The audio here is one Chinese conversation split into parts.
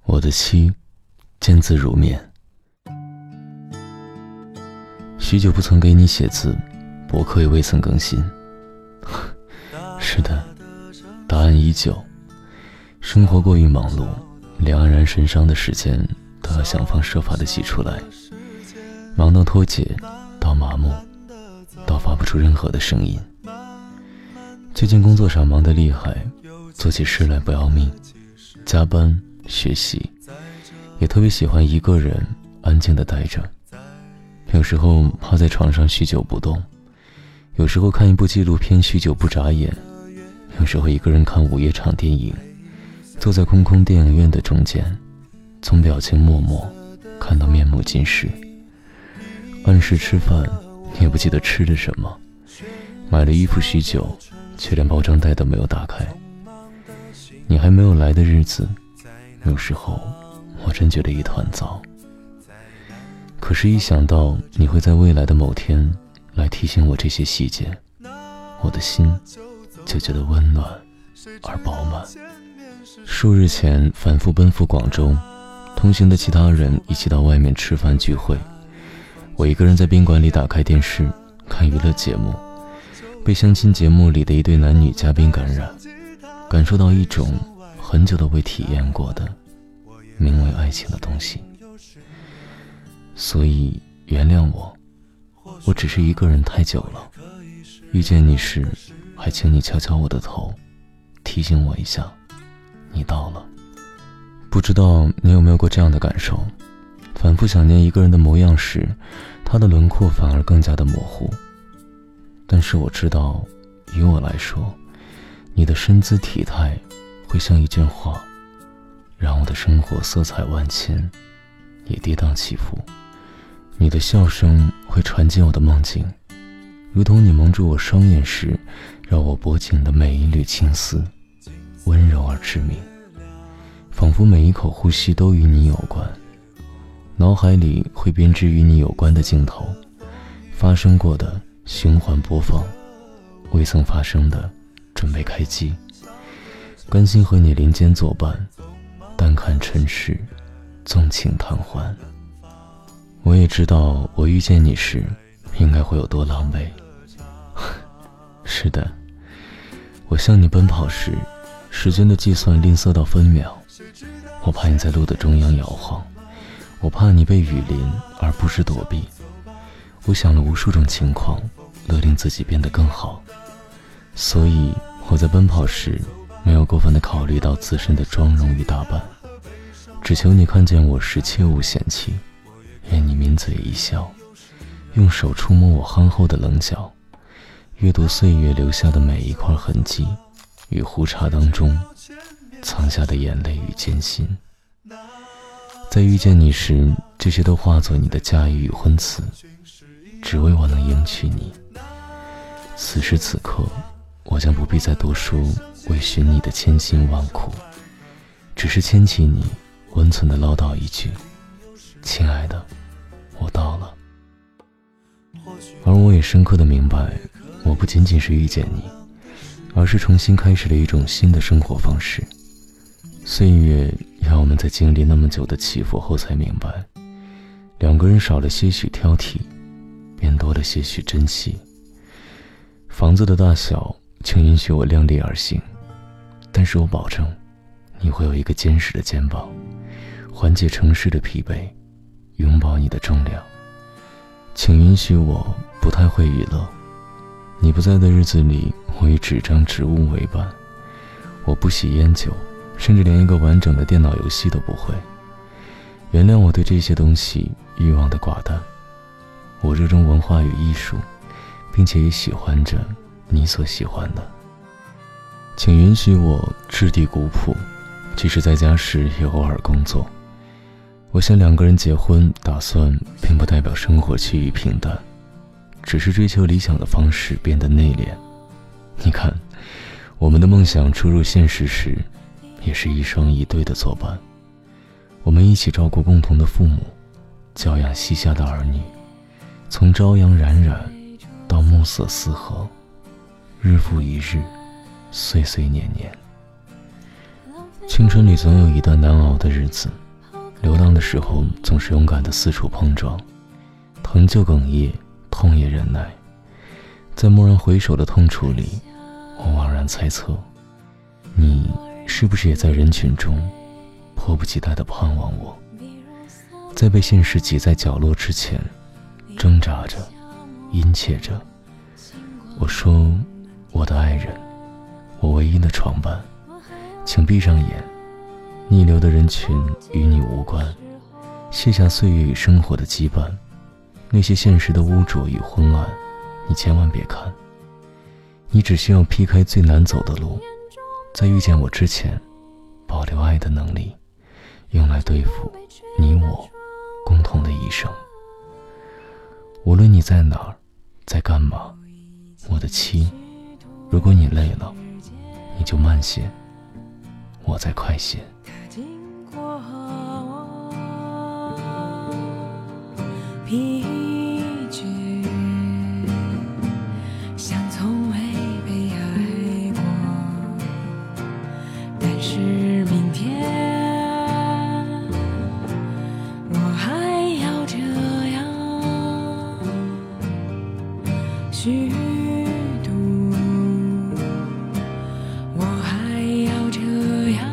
我的妻，见字如面。许久不曾给你写字，博客也未曾更新。是的，答案依旧。生活过于忙碌，连黯然神伤的时间都要想方设法地挤出来，忙到脱节，到麻木，到发不出任何的声音。最近工作上忙得厉害，做起事来不要命，加班学习，也特别喜欢一个人安静地待着。有时候趴在床上许久不动，有时候看一部纪录片许久不眨眼，有时候一个人看午夜场电影，坐在空空电影院的中间，从表情默默看到面目尽失。按时吃饭，也不记得吃了什么，买了衣服许久，却连包装袋都没有打开。你还没有来的日子，有时候我真觉得一团糟。可是一想到你会在未来的某天来提醒我这些细节，我的心就觉得温暖而饱满。数日前反复奔赴广州，同行的其他人一起到外面吃饭聚会，我一个人在宾馆里打开电视看娱乐节目，被相亲节目里的一对男女嘉宾感染，感受到一种很久都未体验过的名为爱情的东西。所以原谅我只是一个人太久了，遇见你时还请你敲敲我的头，提醒我一下你到了。不知道你有没有过这样的感受，反复想念一个人的模样时，他的轮廓反而更加的模糊。但是我知道，于我来说，你的身姿体态会像一卷画，让我的生活色彩万千，也跌宕起伏。你的笑声会传进我的梦境，如同你蒙住我双眼时绕我脖颈的每一缕青丝，温柔而致命，仿佛每一口呼吸都与你有关。脑海里会编织与你有关的镜头，发生过的循环播放，未曾发生的准备开机。甘心和你林间作伴，淡看尘世，纵情贪欢。我也知道我遇见你时应该会有多狼狈。是的，我向你奔跑时，时间的计算吝啬到分秒。我怕你在路的中央摇晃，我怕你被雨淋而不知躲避。我想了无数种情况，乐令自己变得更好。所以我在奔跑时没有过分地考虑到自身的妆容与打扮，只求你看见我时切勿嫌弃，愿你抿嘴一笑，用手触摸我憨厚的棱角，阅读岁月留下的每一块痕迹，与胡茬当中藏下的眼泪与艰辛。在遇见你时，这些都化作你的嫁衣与婚词，只为我能迎娶你。此时此刻，我将不必再多说为寻你的千辛万苦，只是牵起你温存地唠叨一句，亲爱的，我到了。而我也深刻地明白，我不仅仅是遇见你，而是重新开始了一种新的生活方式。岁月让我们在经历那么久的起伏后才明白，两个人少了些许挑剔，便多了些许珍惜。房子的大小请允许我量力而行，但是我保证你会有一个坚实的肩膀，缓解城市的疲惫，拥抱你的重量。请允许我不太会娱乐，你不在的日子里，我以纸张植物为伴。我不喜烟酒，甚至连一个完整的电脑游戏都不会。原谅我对这些东西欲望的寡淡。我热衷文化与艺术，并且也喜欢着你所喜欢的。请允许我质地古朴，即使在家时也偶尔工作。我想两个人结婚打算并不代表生活趋于平淡，只是追求理想的方式变得内敛。你看，我们的梦想出入现实时，也是一双一对的作伴。我们一起照顾共同的父母，教养膝下的儿女，从朝阳冉冉到暮色四合，日复一日，岁岁年年。 青春里总有一段难熬的日子，流浪的时候总是勇敢的四处碰撞，疼就哽咽，痛也忍耐。在蓦然回首的痛楚里，我惘然猜测，你是不是也在人群中迫不及待地盼望我，在被现实挤在角落之前，挣扎着，殷切着。我说，我的爱人，我唯一的床伴，请闭上眼，逆流的人群与你无关，卸下岁月与生活的羁绊，那些现实的污浊与昏暗，你千万别看。你只需要劈开最难走的路，在遇见我之前，保留爱的能力，用来对付你我共同的一生。无论你在哪儿，在干嘛，我的妻，如果你累了，你就慢些，我再快些。 疲倦，像从未被爱过，但是明天我还要这样虚度，我还要这样。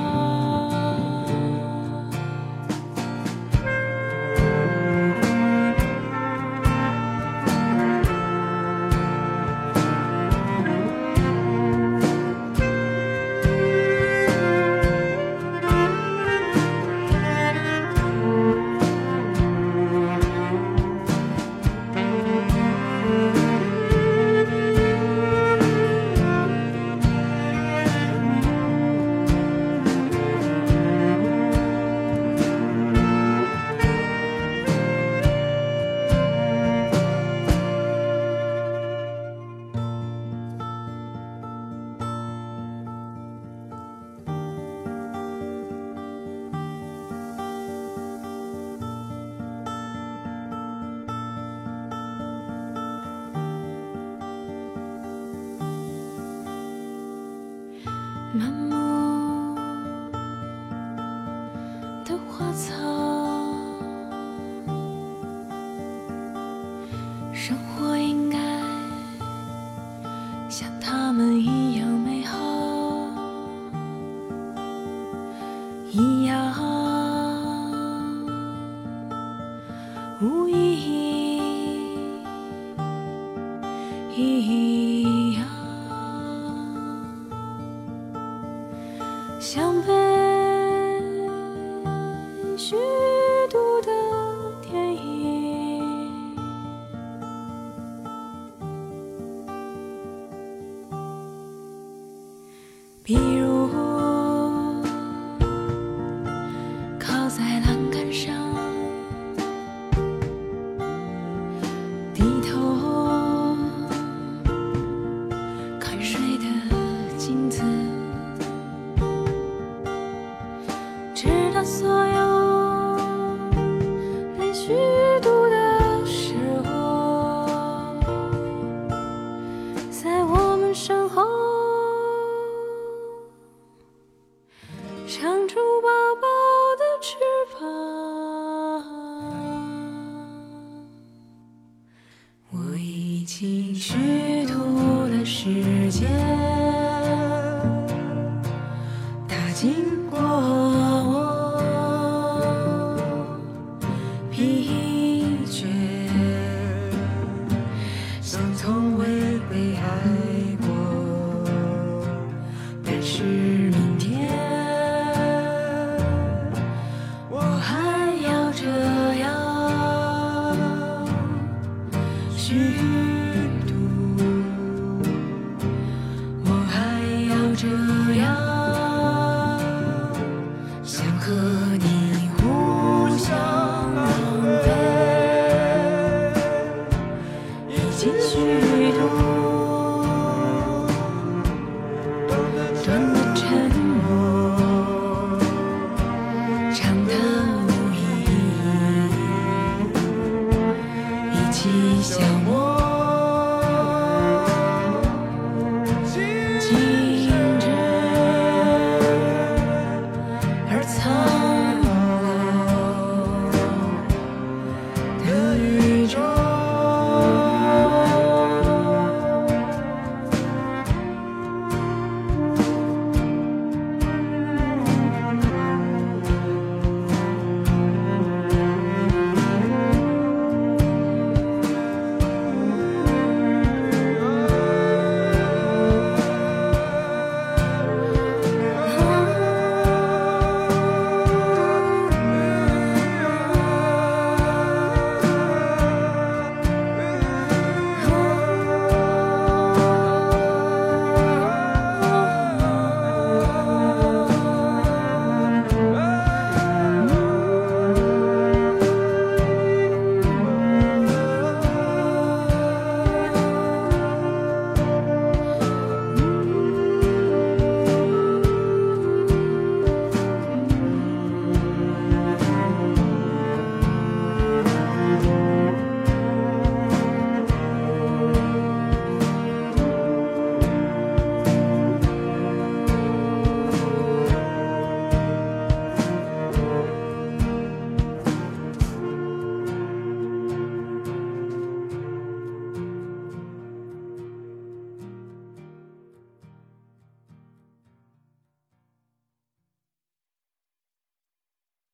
满目的花草，生活应该像他们一样美好，一样无意义，一样像被虚度的电影，比如靠在栏杆上，低头看水的镜子，直到所有被虚度的时候，在我们身后长出薄薄的翅膀。我已经虚度了时间，它经过我疲倦，像从未被爱过，但是明天我还要这样虚度，我还要这样想和你